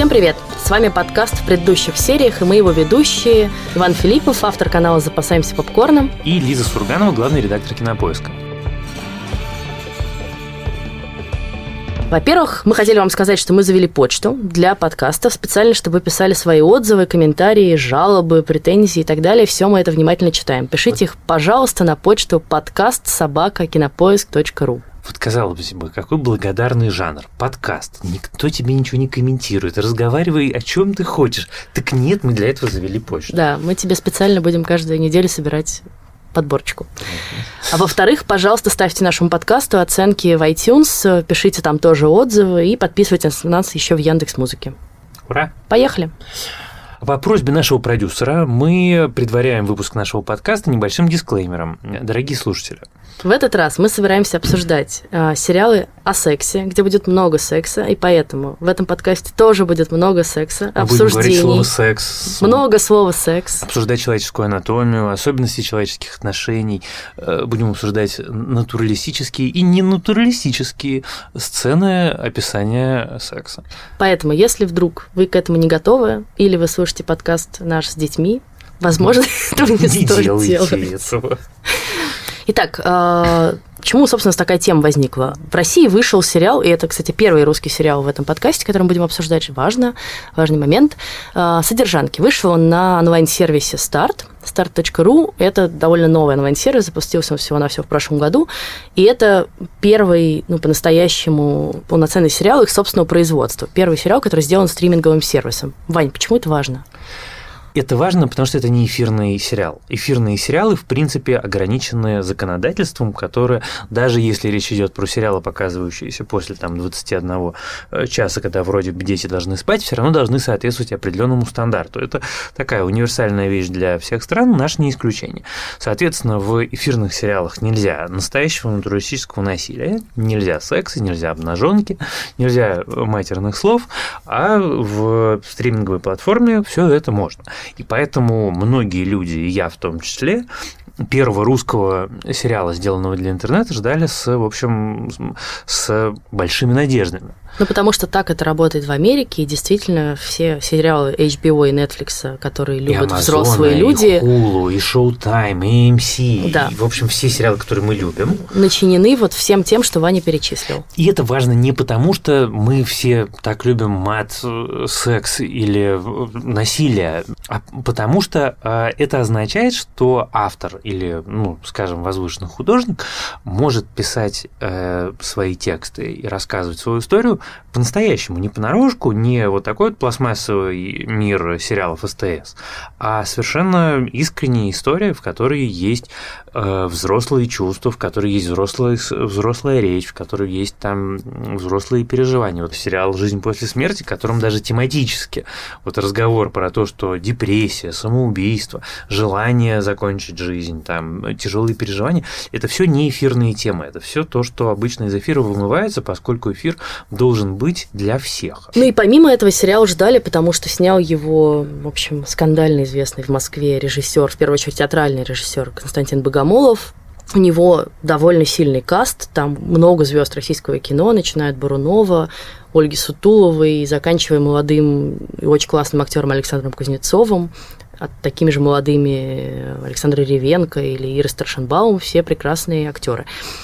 Всем привет! С вами подкаст в предыдущих сериях, и мы его ведущие Иван Филиппов, автор канала «Запасаемся попкорном», и Лиза Сурганова, главный редактор «Кинопоиска». Во-первых, мы хотели вам сказать, что мы завели почту для подкастов, специально, чтобы вы писали свои отзывы, комментарии, жалобы, претензии и так далее. Все мы это внимательно читаем. Пишите их, пожалуйста, на почту podcast@kinopoisk.ru. Вот, казалось бы, какой благодарный жанр. Подкаст. Никто тебе ничего не комментирует. Разговаривай, о чем ты хочешь. Так нет, мы для этого завели почту. Да, мы тебе специально будем каждую неделю собирать подборочку. А во-вторых, пожалуйста, ставьте нашему подкасту оценки в iTunes, пишите там тоже отзывы и подписывайтесь на нас еще в Яндекс.Музыке. Ура! Поехали! По просьбе нашего продюсера мы предваряем выпуск нашего подкаста небольшим дисклеймером. Дорогие слушатели, в этот раз мы собираемся обсуждать сериалы о сексе, где будет много секса, и поэтому в этом подкасте тоже будет много секса, обсуждений. Будем говорить слово «секс». Много слова «секс». Обсуждать человеческую анатомию, особенности человеческих отношений. Будем обсуждать натуралистические и ненатуралистические сцены описания секса. Поэтому, если вдруг вы к этому не готовы, или вы слушаете подкаст наш с детьми, возможно, этого не стоит делать. Этого. Итак, почему, собственно, такая тема возникла? В России вышел сериал, и это, кстати, первый русский сериал в этом подкасте, который мы будем обсуждать, важный момент, «Содержанки». Вышел он на онлайн-сервисе Start, start.ru. Это довольно новый онлайн-сервис, запустился он всего-навсего в прошлом году, и это первый, по-настоящему полноценный сериал их собственного производства. Первый сериал, который сделан стриминговым сервисом. Вань, почему это важно? Это важно, потому что это не эфирный сериал. Эфирные сериалы, в принципе, ограничены законодательством, которое, даже если речь идет про сериалы, показывающиеся после 21 часа, когда вроде бы дети должны спать, все равно должны соответствовать определенному стандарту. Это такая универсальная вещь для всех стран, наш не исключение. Соответственно, в эфирных сериалах нельзя настоящего натуралистического насилия, нельзя секса, нельзя обнаженки, нельзя матерных слов, а в стриминговой платформе все это можно. И поэтому многие люди, и я в том числе, первого русского сериала, сделанного для интернета, ждали с большими надеждами. Потому что так это работает в Америке, и действительно все сериалы HBO и Netflix, которые любят Amazon, взрослые люди... И Hulu, и Showtime, и AMC, да. И, в общем, все сериалы, которые мы любим. Начинены всем тем, что Ваня перечислил. И это важно не потому, что мы все так любим мат, секс или насилие, а потому что это означает, что автор или, скажем, возвышенный художник может писать свои тексты и рассказывать свою историю по-настоящему, не понарошку, не вот такой вот пластмассовый мир сериалов СТС, а совершенно искренняя история, в которой есть взрослые чувства, в которой есть взрослая речь, в которой есть там взрослые переживания. Вот сериал «Жизнь после смерти», в котором даже тематически разговор про то, что депрессия, самоубийство, желание закончить жизнь, там тяжелые переживания, это все не эфирные темы, это все то, что обычно из эфира вымывается, поскольку эфир должен быть для всех. И помимо этого сериал ждали, потому что снял его, в общем, скандально известный в Москве режиссер, в первую очередь театральный режиссер Константин Богомолов. У него довольно сильный каст, там много звезд российского кино, начиная от Бурунова, Ольги Сутуловой, и заканчивая молодым и очень классным актером Александром Кузнецовым, такими же молодыми Александрой Ревенко или Ирой Старшенбаум, все прекрасные актеры.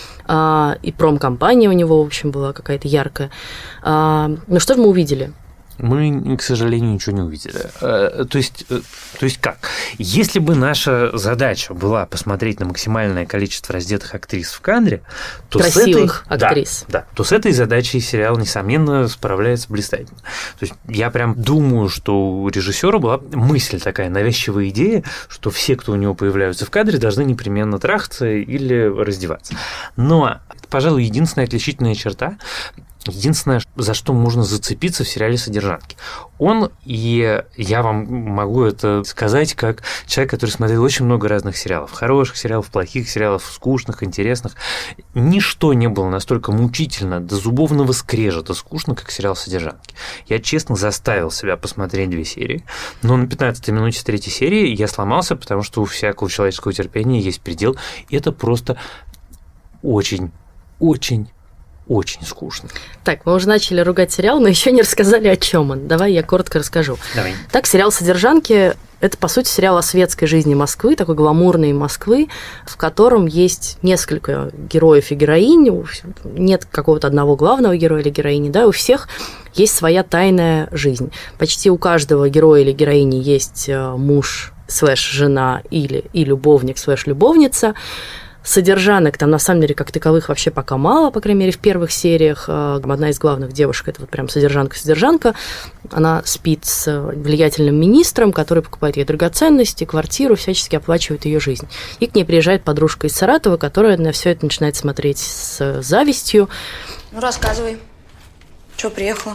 И промкомпания у него, в общем, была какая-то яркая. Но что же мы увидели? Мы, к сожалению, ничего не увидели. То есть как? Если бы наша задача была посмотреть на максимальное количество раздетых актрис в кадре, то красивых актрис. Да, то с этой задачей сериал, несомненно, справляется блистательно. То есть я прям думаю, что у режиссера была мысль такая, навязчивая идея, что все, кто у него появляются в кадре, должны непременно трахаться или раздеваться. Но, пожалуй, единственная отличительная черта, единственное, за что можно зацепиться в сериале «Содержанки». И я вам могу это сказать как человек, который смотрел очень много разных сериалов. Хороших сериалов, плохих сериалов, скучных, интересных. Ничто не было настолько мучительно, до зубовного скрежета скучно, как сериал «Содержанки». Я честно заставил себя посмотреть 2 серии, но на 15-й минуте 3-й серии я сломался, потому что у всякого человеческого терпения есть предел. И это просто очень очень скучный. Так, мы уже начали ругать сериал, но еще не рассказали, о чем он. Давай я коротко расскажу. Давай. Так, сериал «Содержанки» – это, по сути, сериал о светской жизни Москвы, такой гламурной Москвы, в котором есть несколько героев и героинь, нет какого-то одного главного героя или героини, да, у всех есть своя тайная жизнь. Почти у каждого героя или героини есть муж /жена или и любовник /любовница. Содержанок там, на самом деле, как таковых вообще пока мало, по крайней мере, в первых сериях. Одна из главных девушек – это вот прям содержанка. Она спит с влиятельным министром, который покупает ей драгоценности, квартиру, всячески оплачивает ее жизнь. И к ней приезжает подружка из Саратова, которая на все это начинает смотреть с завистью. Ну, рассказывай. Чего приехала?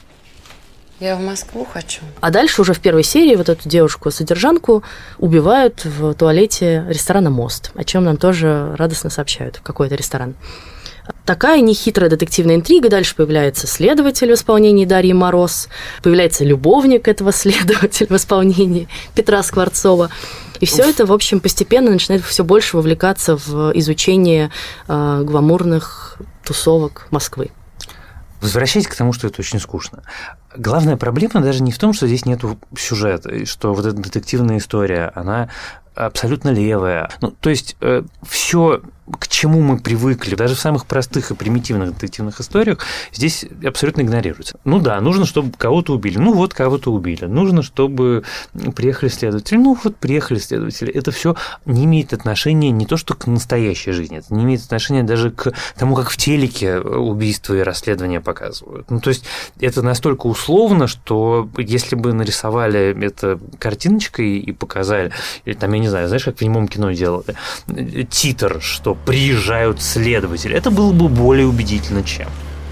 Я в Москву хочу. А дальше уже в первой серии вот эту девушку-содержанку убивают в туалете ресторана «Мост», о чем нам тоже радостно сообщают, какой это ресторан. Такая нехитрая детективная интрига. Дальше появляется следователь в исполнении Дарьи Мороз, появляется любовник этого следователя в исполнении Петра Скворцова. И все это, в общем, постепенно начинает все больше вовлекаться в изучение гламурных тусовок Москвы. Возвращаясь к тому, что это очень скучно. Главная проблема даже не в том, что здесь нет сюжета, и что вот эта детективная история, она абсолютно левая. Ну, то есть все, к чему мы привыкли, даже в самых простых и примитивных детективных историях, здесь абсолютно игнорируется. Ну да, нужно, чтобы кого-то убили. Ну вот кого-то убили. Нужно, чтобы приехали следователи. Ну вот приехали следователи. Это все не имеет отношения не то что к настоящей жизни, это не имеет отношения даже к тому, как в телеке убийства и расследования показывают. Ну то есть это настолько условно, что если бы нарисовали это картиночкой и показали, или там, я не знаю, знаешь, как в немом кино делали, титр, что приезжают следователи, это было бы более убедительно, чем.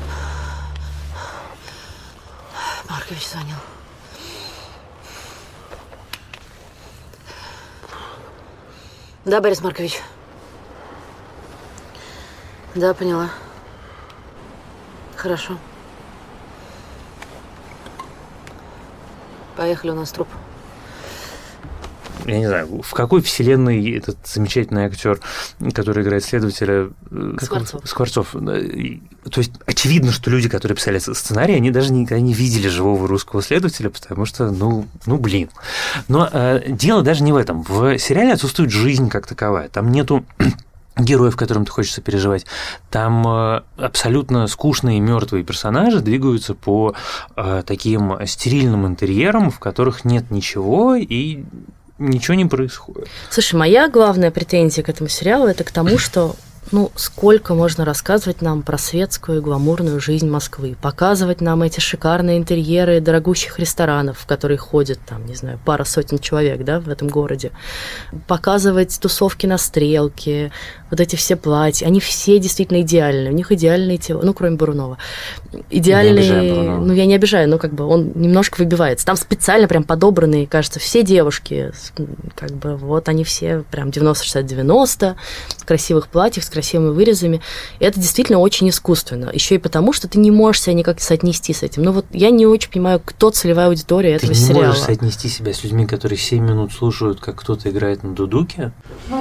Маркович звонил. Да, Борис Маркович. Да, поняла. Хорошо. Поехали, у нас труп. Я не знаю, в какой вселенной этот замечательный актер, который играет следователя... Скворцов. То есть очевидно, что люди, которые писали сценарий, они даже никогда не видели живого русского следователя, потому что, блин. Но дело даже не в этом. В сериале отсутствует жизнь как таковая. Там нету героев, которым ты хочешь сопереживать. Там абсолютно скучные мертвые персонажи двигаются по таким стерильным интерьерам, в которых нет ничего и ничего не происходит. Слушай, моя главная претензия к этому сериалу – это к тому, что сколько можно рассказывать нам про светскую и гламурную жизнь Москвы, показывать нам эти шикарные интерьеры дорогущих ресторанов, в которые ходят, там, не знаю, пара сотен человек, да, в этом городе, показывать тусовки на Стрелке, вот эти все платья, они все действительно идеальные, у них идеальные тела, кроме Бурунова. Идеальные, я не обижаю, но как бы он немножко выбивается. Там специально прям подобранные, кажется, все девушки, как бы вот они все прям 90-60-90, в красивых платьях, с красивыми вырезами. И это действительно очень искусственно. Еще и потому, что ты не можешь себя никак соотнести с этим. Я не очень понимаю, кто целевая аудитория этого сериала. Ты не можешь соотнести себя с людьми, которые 7 минут слушают, как кто-то играет на дудуке?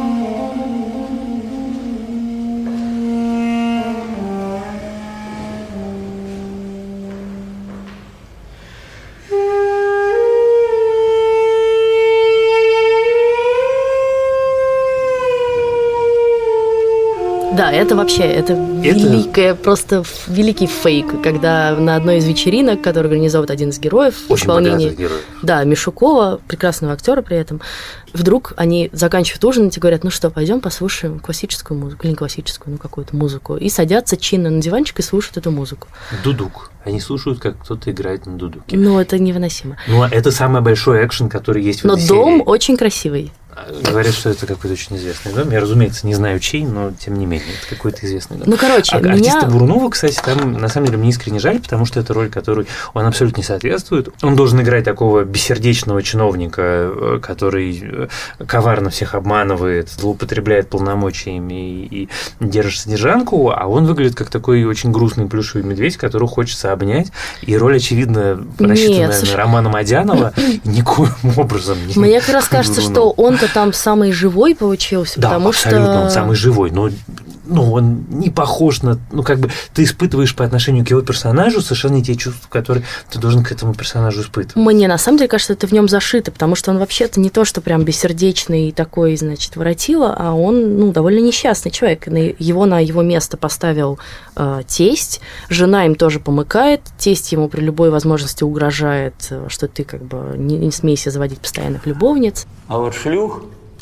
Да, это вообще, просто великий фейк, когда на одной из вечеринок, которую организовывает один из героев, в исполнении Мишукова, прекрасного актера при этом, вдруг они заканчивают ужинать и говорят, пойдем послушаем классическую музыку, или не классическую, какую-то музыку, и садятся чинно на диванчик и слушают эту музыку. Дудук. Они слушают, как кто-то играет на дудуке. Это невыносимо. Это самый большой экшен, который есть в этой серии. Но дом очень красивый. Говорят, что это какой-то очень известный дом. Я, разумеется, не знаю чей, но тем не менее, это какой-то известный дом. Артиста Бурунова, кстати, там, на самом деле, мне искренне жаль, потому что это роль, которой он абсолютно не соответствует. Он должен играть такого бессердечного чиновника, который коварно всех обманывает, злоупотребляет полномочиями и держит содержанку, а он выглядит как такой очень грустный плюшевый медведь, которого хочется обнять, и роль, очевидно, рассчитана на Романа Мадянова, никоим образом не... Мне как раз кажется, что он-то там самый живой получился, да, потому абсолютно, что... он самый живой, но он не похож на... ты испытываешь по отношению к его персонажу совершенно не те чувства, которые ты должен к этому персонажу испытывать. Мне на самом деле кажется, это в нем зашито, потому что он вообще-то не то, что прям бессердечный такой, значит, воротило, а он, довольно несчастный человек. Его на его место поставил тесть, жена им тоже помыкает, тесть ему при любой возможности угрожает, что ты не смейся заводить постоянных любовниц. А вот шлюх?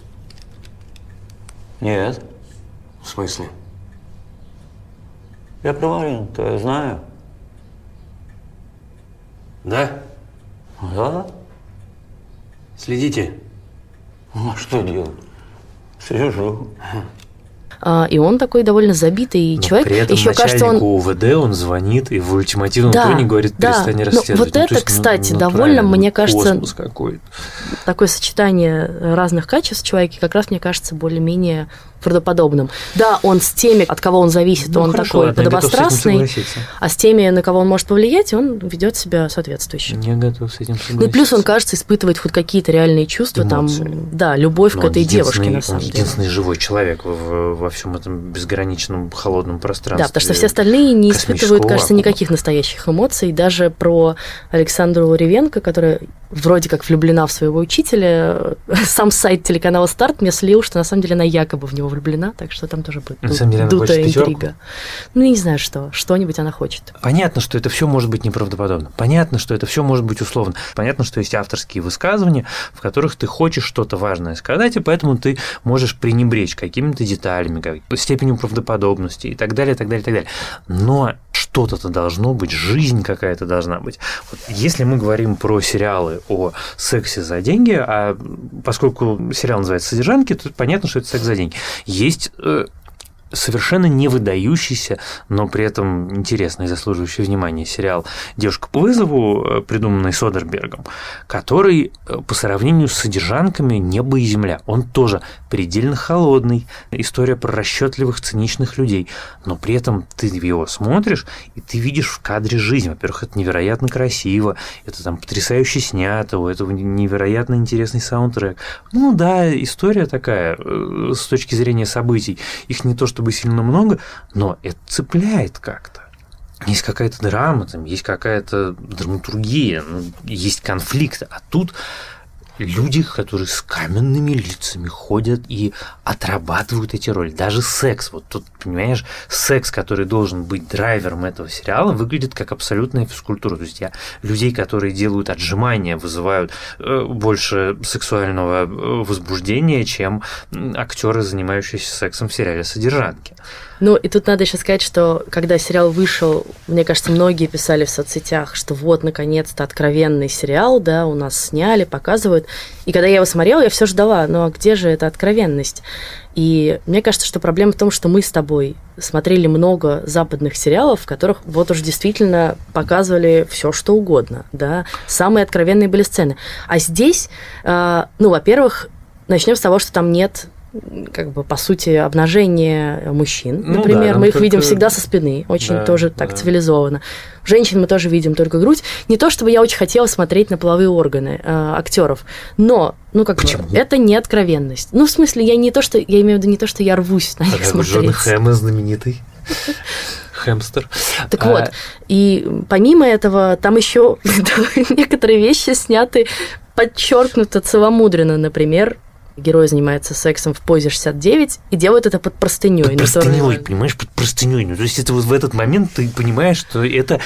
Нет. В смысле? Я про Марину-то я знаю. Да? Да? Следите. А что делать? Слежу. И он такой довольно забитый человек. При этом еще кажется, УВД он звонит и в ультимативном тоне говорит: перестань расследовать. Вот это, кстати, довольно, мне кажется, такое сочетание разных качеств в человеке как раз, мне кажется, более-менее правдоподобным. Да, он с теми, от кого он зависит, он такой подобострастный, а с теми, на кого он может повлиять, он ведет себя соответствующе. Не готов с этим согласиться. И плюс он, кажется, испытывает хоть какие-то реальные чувства, любовь к этой девушке, на самом деле. Он единственный живой человек во всем этом безграничном холодном пространстве. Да, потому что все остальные не испытывают, кажется, никаких настоящих эмоций. Даже про Александру Ревенко, которая вроде как влюблена в своего учителя, сам сайт телеканала «Старт» мне слил, что на самом деле она якобы в него влюблена, так что там тоже будет дутая интрига. Не знаю, что-нибудь она хочет. Понятно, что это все может быть неправдоподобно. Понятно, что это все может быть условно. Понятно, что есть авторские высказывания, в которых ты хочешь что-то важное сказать, и поэтому ты можешь пренебречь какими-то деталями, степенью правдоподобности и так далее, и так далее, и так далее. Но что-то-то должно быть, жизнь какая-то должна быть. Вот если мы говорим про сериалы о сексе за деньги, а поскольку сериал называется «Содержанки», то понятно, что это секс за деньги. Есть совершенно не выдающийся, но при этом интересный и заслуживающий внимания сериал «Девушка по вызову», придуманный Содербергом, который по сравнению с «Содержанками» небо и земля. Он тоже предельно холодный, история про расчетливых, циничных людей, но при этом ты его смотришь, и ты видишь в кадре жизнь. Во-первых, это невероятно красиво, это там потрясающе снято, у этого невероятно интересный саундтрек. История такая, с точки зрения событий, их не то чтобы сильно много, но это цепляет как-то. Есть какая-то драма, там есть какая-то драматургия, есть конфликт, а тут люди, которые с каменными лицами ходят и отрабатывают эти роли. Даже секс. Вот тут, понимаешь, секс, который должен быть драйвером этого сериала, выглядит как абсолютная физкультура. То есть людей, которые делают отжимания, вызывают больше сексуального возбуждения, чем актеры, занимающиеся сексом в сериале «Содержанки». И тут надо еще сказать, что когда сериал вышел, мне кажется, многие писали в соцсетях, что вот, наконец-то, откровенный сериал, да, у нас сняли, показывают. И когда я его смотрела, я все ждала, а где же эта откровенность? И мне кажется, что проблема в том, что мы с тобой смотрели много западных сериалов, в которых вот уж действительно показывали все, что угодно, да, самые откровенные были сцены. А здесь, во-первых, начнем с того, что там нет по сути, обнажение мужчин, например, мы их видим всегда со спины, очень тоже так цивилизованно. Женщин мы тоже видим только грудь. Не то, чтобы я очень хотела смотреть на половые органы актеров, но, это не откровенность. В смысле, я имею в виду не то, что я рвусь на них смотреть. Джон Хэм знаменитый. Хэмстер. Так вот, и помимо этого, там еще некоторые вещи сняты подчеркнуто целомудренно, например, герой занимается сексом в позе 69 и делает это под простыней. Под простыней, понимаешь, под простыней. То есть это вот в этот момент ты понимаешь, что это...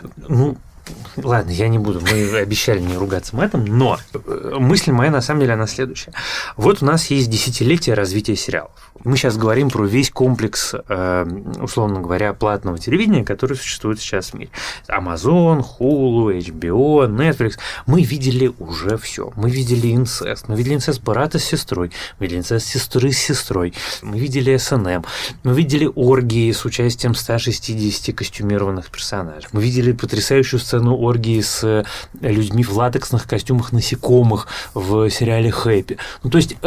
Ладно, я не буду, мы обещали не ругаться матом, но мысль моя, на самом деле, она следующая. Вот у нас есть десятилетие развития сериалов. Мы сейчас говорим про весь комплекс, условно говоря, платного телевидения, который существует сейчас в мире. Amazon, Hulu, HBO, Netflix. Мы видели уже все. Мы видели инцест. Мы видели инцест брата с сестрой. Мы видели инцест сестры с сестрой. Мы видели СНМ. Мы видели оргии с участием 160 костюмированных персонажей. Мы видели потрясающую сцену оргии с людьми в латексных костюмах насекомых в сериале «Хэппи». То есть...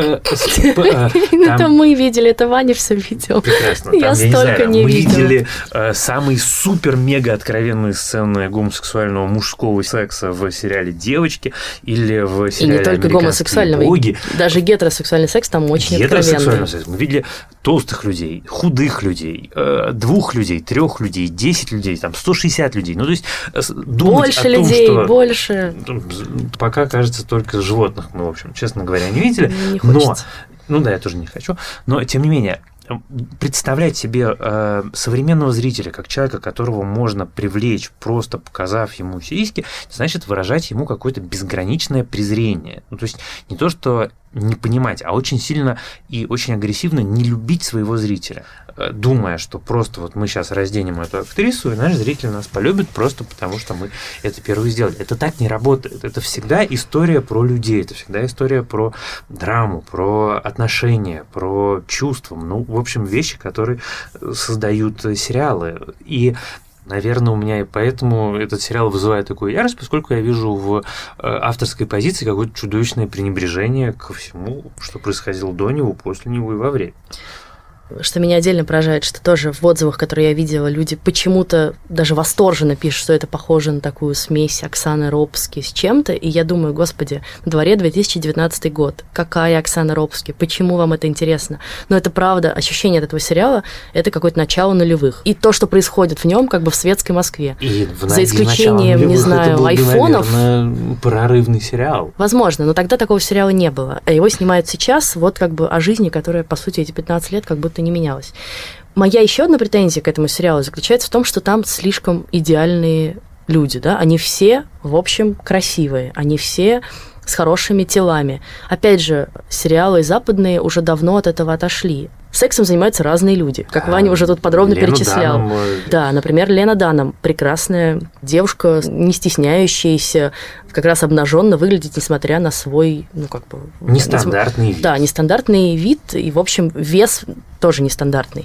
Это мы видели, это Ваня все видел. Прекрасно. Я столько не видела. Мы видели самые супер-мега откровенные сцены гомосексуального мужского секса в сериале «Девочки» или в сериале «Американские боги». И не только гомосексуального, даже гетеросексуальный секс там очень откровенный. Секс. Мы видели толстых людей, худых людей, 2 людей, 3 людей, 10 людей, там, 160 людей. Ну, то есть думать больше о том, людей, что... больше. Пока, кажется, только животных мы, в общем, честно говоря, не видели. Не хочется. Ну да, я тоже не хочу. Но, тем не менее, представлять себе современного зрителя как человека, которого можно привлечь, просто показав ему сиськи, значит выражать ему какое-то безграничное презрение. Ну, то есть не то, что не понимать, а очень сильно и очень агрессивно не любить своего зрителя, думая, что просто вот мы сейчас разденем эту актрису, и наш зритель нас полюбит просто потому, что мы это первые сделали. Это так не работает. Это всегда история про людей, это всегда история про драму, про отношения, про чувства. Ну, в общем, вещи, которые создают сериалы. И наверное, у меня и поэтому этот сериал вызывает такую ярость, поскольку я вижу в авторской позиции какое-то чудовищное пренебрежение ко всему, что происходило до него, после него и во время. Что меня отдельно поражает, что тоже в отзывах, которые я видела, люди почему-то даже восторженно пишут, что это похоже на такую смесь Оксаны Робски с чем-то, и я думаю, господи, на дворе 2019 год, какая Оксана Робски, почему вам это интересно? Но это правда, ощущение от этого сериала – это какое-то начало нулевых. И то, что происходит в нем, как бы в светской Москве. И за исключением, не знаю, это был айфонов. Бы, наверное, прорывный сериал. Возможно, но тогда такого сериала не было. А его снимают сейчас, вот как бы о жизни, которая, по сути, эти 15 лет как будто не менялась. Моя еще одна претензия к этому сериалу заключается в том, что там слишком идеальные люди, да, они все, в общем, красивые, они все с хорошими телами. Опять же, сериалы западные уже давно от этого отошли. Сексом занимаются разные люди, как Ваня уже тут подробно Лена перечислял. Данном. Да, например, Лена Данном, прекрасная девушка, не стесняющаяся, как раз обнаженно выглядит, несмотря на свой, ну, как бы... Нестандартный вид. Да, нестандартный вид, и, в общем, вес тоже нестандартный.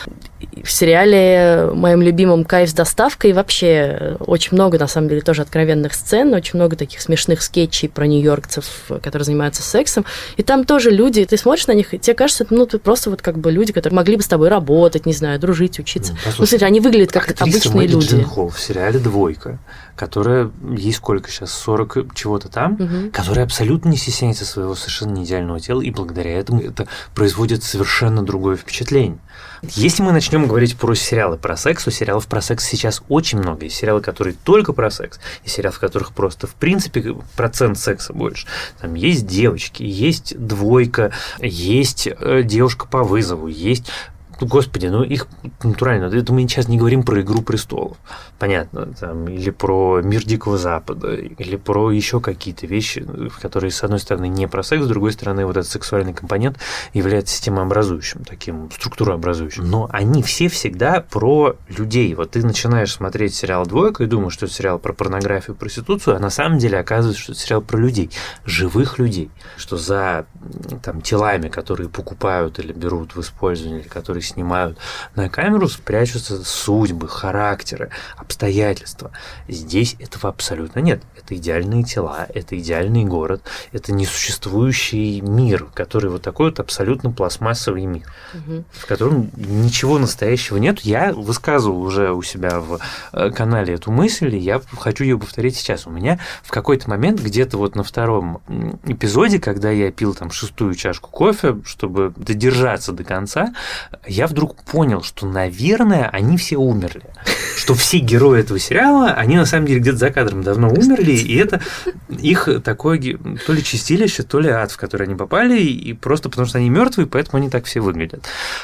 В сериале моим любимым «Кайф с доставкой» вообще очень много, на самом деле, тоже откровенных сцен, очень много таких смешных скетчей про нью-йоркцев, которые занимаются сексом, и там тоже люди, ты смотришь на них, и тебе кажется, ну, ты просто вот как бы люди, которые могли бы с тобой работать, не знаю, дружить, учиться. Ну, смотри, они выглядят как обычные люди. Джилленхол в сериале «Двойка», которая, ей сколько сейчас, 40 чего-то там, которая абсолютно не стесняется своего совершенно не идеального тела, и благодаря этому это производит совершенно другое впечатление. Если мы начнем говорить про сериалы про секс, у сериалов про секс сейчас очень много. Есть сериалы, которые только про секс, и сериалы, в которых просто, в принципе, процент секса больше. Там есть девочки, есть «Двойка», есть «Девушка по вызову», есть... Господи, ну их натурально. Это мы сейчас не говорим про «Игру престолов», понятно, там, или про «Мир Дикого Запада», или про еще какие-то вещи, которые, с одной стороны, не про секс, с другой стороны, вот этот сексуальный компонент является системообразующим, таким структурообразующим. Но они все всегда про людей. Вот ты начинаешь смотреть сериал «Двойка» и думаешь, что это сериал про порнографию и проституцию, а на самом деле оказывается, что это сериал про людей, живых людей, что за там, телами, которые покупают или берут в использование, или которые снимают на камеру, спрячутся судьбы, характеры, обстоятельства. Здесь этого абсолютно нет. Это идеальные тела, это идеальный город, это несуществующий мир, который вот такой вот абсолютно пластмассовый мир, в котором ничего настоящего нет. Я высказывал уже у себя в канале эту мысль, и я хочу ее повторить сейчас. У меня в какой-то момент, где-то вот на втором эпизоде, когда я пил там 6-ю чашку кофе, чтобы додержаться до конца, я вдруг понял, что, наверное, они все умерли. Что все герои этого сериала, они на самом деле где-то за кадром давно умерли, и это их такое то ли чистилище, то ли ад, в который они попали, и просто потому что они мертвые, поэтому они так все выглядят.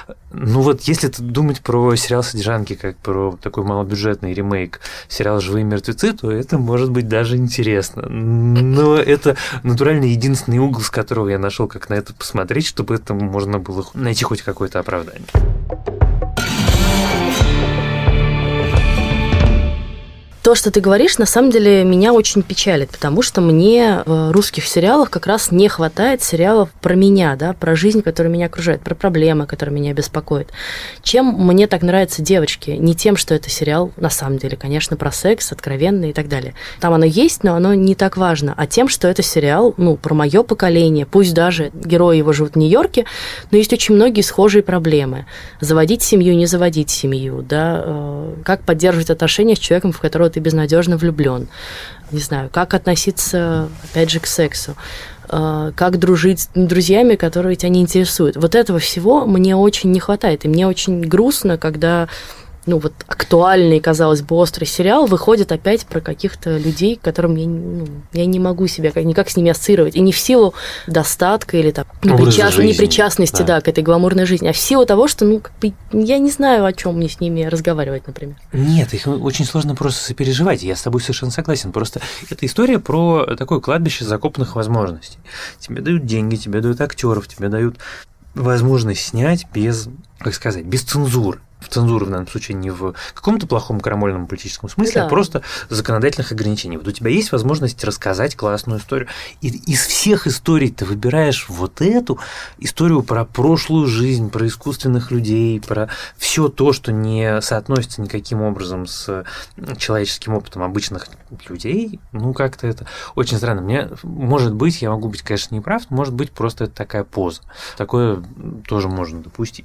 Ну вот, если думать про сериал «Содержанки» как про такой малобюджетный ремейк сериала «Живые мертвецы», то это может быть даже интересно. Но это натурально единственный угол, с которого я нашел, как на это посмотреть, чтобы этому можно было найти хоть какое-то оправдание. То, что ты говоришь, на самом деле меня очень печалит, потому что мне в русских сериалах как раз не хватает сериалов про меня, да, про жизнь, которая меня окружает, про проблемы, которые меня беспокоят. Чем мне так нравятся «Девочки»? Не тем, что это сериал, на самом деле, конечно, про секс, откровенный и так далее. Там оно есть, но оно не так важно. А тем, что это сериал, ну, про мое поколение, пусть даже герои его живут в Нью-Йорке, но есть очень многие схожие проблемы. Заводить семью, не заводить семью, да, как поддерживать отношения с человеком, в которого ты безнадежно влюблен. Не знаю, как относиться, опять же, к сексу. Как дружить с друзьями, которые тебя не интересуют. Вот этого всего мне очень не хватает. И мне очень грустно, когда актуальный, казалось бы, острый сериал выходит опять про каких-то людей, которым я не могу себя никак с ними ассоциировать. И не в силу достатка или непричастности к этой гламурной жизни, а в силу того, что я не знаю, о чем мне с ними разговаривать, например. Нет, их очень сложно просто сопереживать. Я с тобой совершенно согласен. Просто это история про такое кладбище закопанных возможностей. Тебе дают деньги, тебе дают актеров, тебе дают возможность снять без цензуры. В цензуру в данном случае не в каком-то плохом крамольном политическом смысле, а просто законодательных ограничений. Вот у тебя есть возможность рассказать классную историю. И из всех историй ты выбираешь вот эту историю про прошлую жизнь, про искусственных людей, про все то, что не соотносится никаким образом с человеческим опытом обычных людей. Как-то это очень странно. Может быть, я могу быть, конечно, неправ, может быть, просто это такая поза. Такое тоже можно допустить,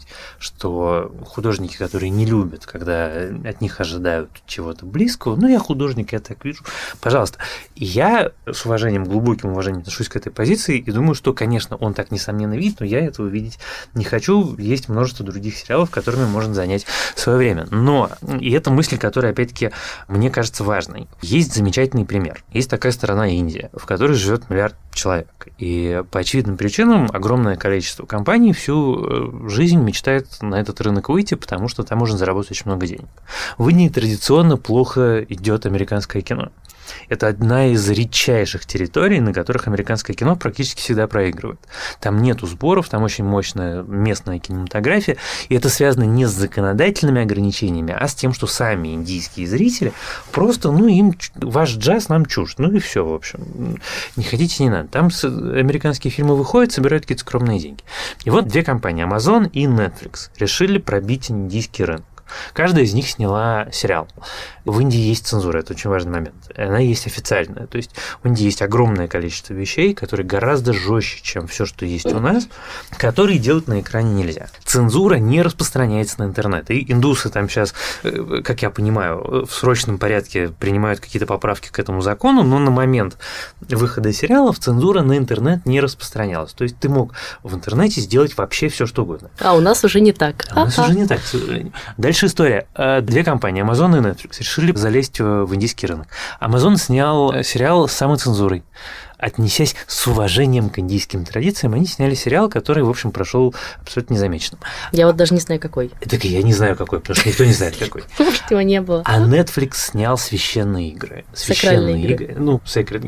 что художники, которые не любят, когда от них ожидают чего-то близкого. Я художник, я так вижу. Пожалуйста. И я с уважением, глубоким уважением отношусь к этой позиции и думаю, что, конечно, он так несомненно видит, но я этого видеть не хочу. Есть множество других сериалов, которыми можно занять свое время. Но, и это мысль, которая, опять-таки, мне кажется важной. Есть замечательный пример. Есть такая страна Индия, в которой живет 1 миллиард человек. И по очевидным причинам огромное количество компаний всю жизнь мечтает на этот рынок выйти, потому что там можно заработать очень много денег. В Индии традиционно плохо идет американское кино. Это одна из редчайших территорий, на которых американское кино практически всегда проигрывает. Там нету сборов, там очень мощная местная кинематография, и это связано не с законодательными ограничениями, а с тем, что сами индийские зрители просто, им ваш джаз нам чужд, и все, в общем. Не хотите, не надо. Там американские фильмы выходят, собирают какие-то скромные деньги. И вот 2 компании, Amazon и Netflix, решили пробить индийский рынок. Каждая из них сняла сериал. В Индии есть цензура, это очень важный момент. Она есть официальная. То есть в Индии есть огромное количество вещей, которые гораздо жестче, чем все, что есть у нас, которые делать на экране нельзя. Цензура не распространяется на интернет. И индусы там сейчас, как я понимаю, в срочном порядке принимают какие-то поправки к этому закону, но на момент выхода сериалов цензура на интернет не распространялась. То есть ты мог в интернете сделать вообще все, что угодно. А у нас уже не так. У нас уже не так, к сожалению. Дальше история. 2 компании, Amazon и Netflix, решили залезть в индийский рынок. Amazon снял сериал с самой цензурой. Отнесясь с уважением к индийским традициям, они сняли сериал, который, в общем, прошел абсолютно незамеченным. Я вот даже не знаю, какой. Так и я не знаю, какой, потому что никто не знает, какой. Может, его не было. А Netflix снял священные игры. Сакральные игры. Sacred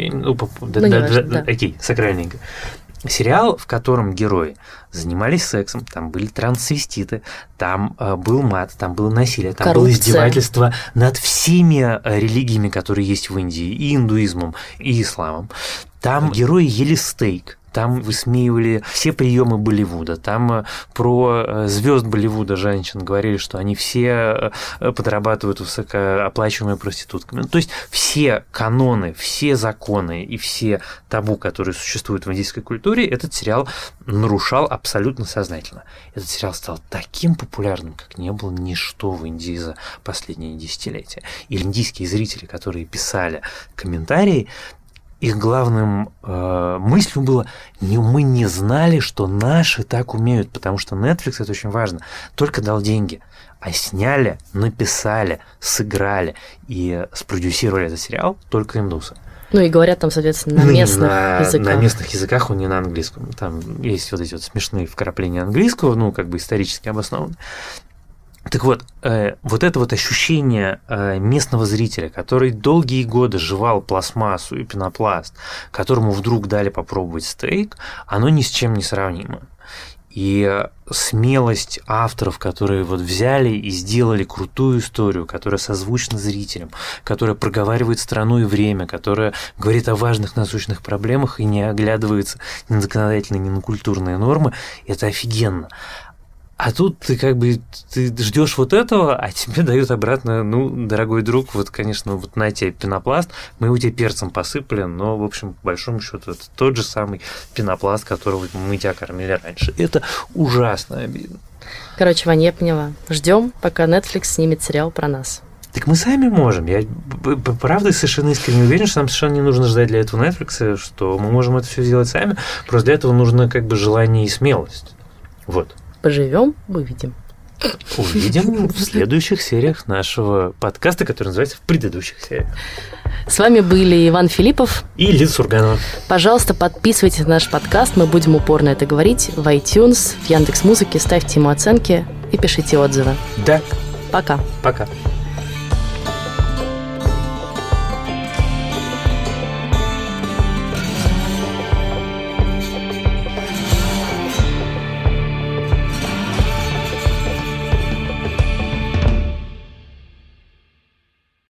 Game. Окей, сакральные игры. Сериал, в котором герои занимались сексом, там были трансвеститы, там был мат, там было насилие, там было издевательство над всеми религиями, которые есть в Индии, и индуизмом, и исламом. Там герои ели стейк. Там высмеивали все приемы Болливуда, там про звезд Болливуда женщин говорили, что они все подрабатывают высокооплачиваемыми проститутками. То есть все каноны, все законы и все табу, которые существуют в индийской культуре, этот сериал нарушал абсолютно сознательно. Этот сериал стал таким популярным, как не было ничто в Индии за последние десятилетия. И индийские зрители, которые писали комментарии, их главным мыслью было: мы не знали, что наши так умеют, потому что Netflix, это очень важно, только дал деньги, а сняли, написали, сыграли и спродюсировали этот сериал только индусы. И говорят там, соответственно, на местных языках. На местных языках, не на английском. Там есть вот эти вот смешные вкрапления английского, исторически обоснованные. Так вот, вот это вот ощущение местного зрителя, который долгие годы жевал пластмассу и пенопласт, которому вдруг дали попробовать стейк, оно ни с чем не сравнимо. И смелость авторов, которые вот взяли и сделали крутую историю, которая созвучна зрителям, которая проговаривает страну и время, которая говорит о важных насущных проблемах и не оглядывается ни на законодательные, ни на культурные нормы, это офигенно. А тут ты ты ждешь вот этого, а тебе дают обратно: дорогой друг, конечно, на тебе пенопласт, мы его тебе перцем посыпали, но, в общем, по большому счету, это тот же самый пенопласт, которого мы тебя кормили раньше. Это ужасно обидно. Короче, Ваня, я поняла. Ждем, пока Netflix снимет сериал про нас. Так мы сами можем. Я правда совершенно искренне уверен, что нам совершенно не нужно ждать для этого Netflix, что мы можем это все сделать сами. Просто для этого нужно как бы желание и смелость. Вот. Поживем, увидим. Увидим в следующих сериях нашего подкаста, который называется «В предыдущих сериях». С вами были Иван Филиппов и Лиза Сурганова. Пожалуйста, подписывайтесь на наш подкаст, мы будем упорно это говорить в iTunes, в Яндекс.Музыке, ставьте ему оценки и пишите отзывы. Да. Пока. Пока.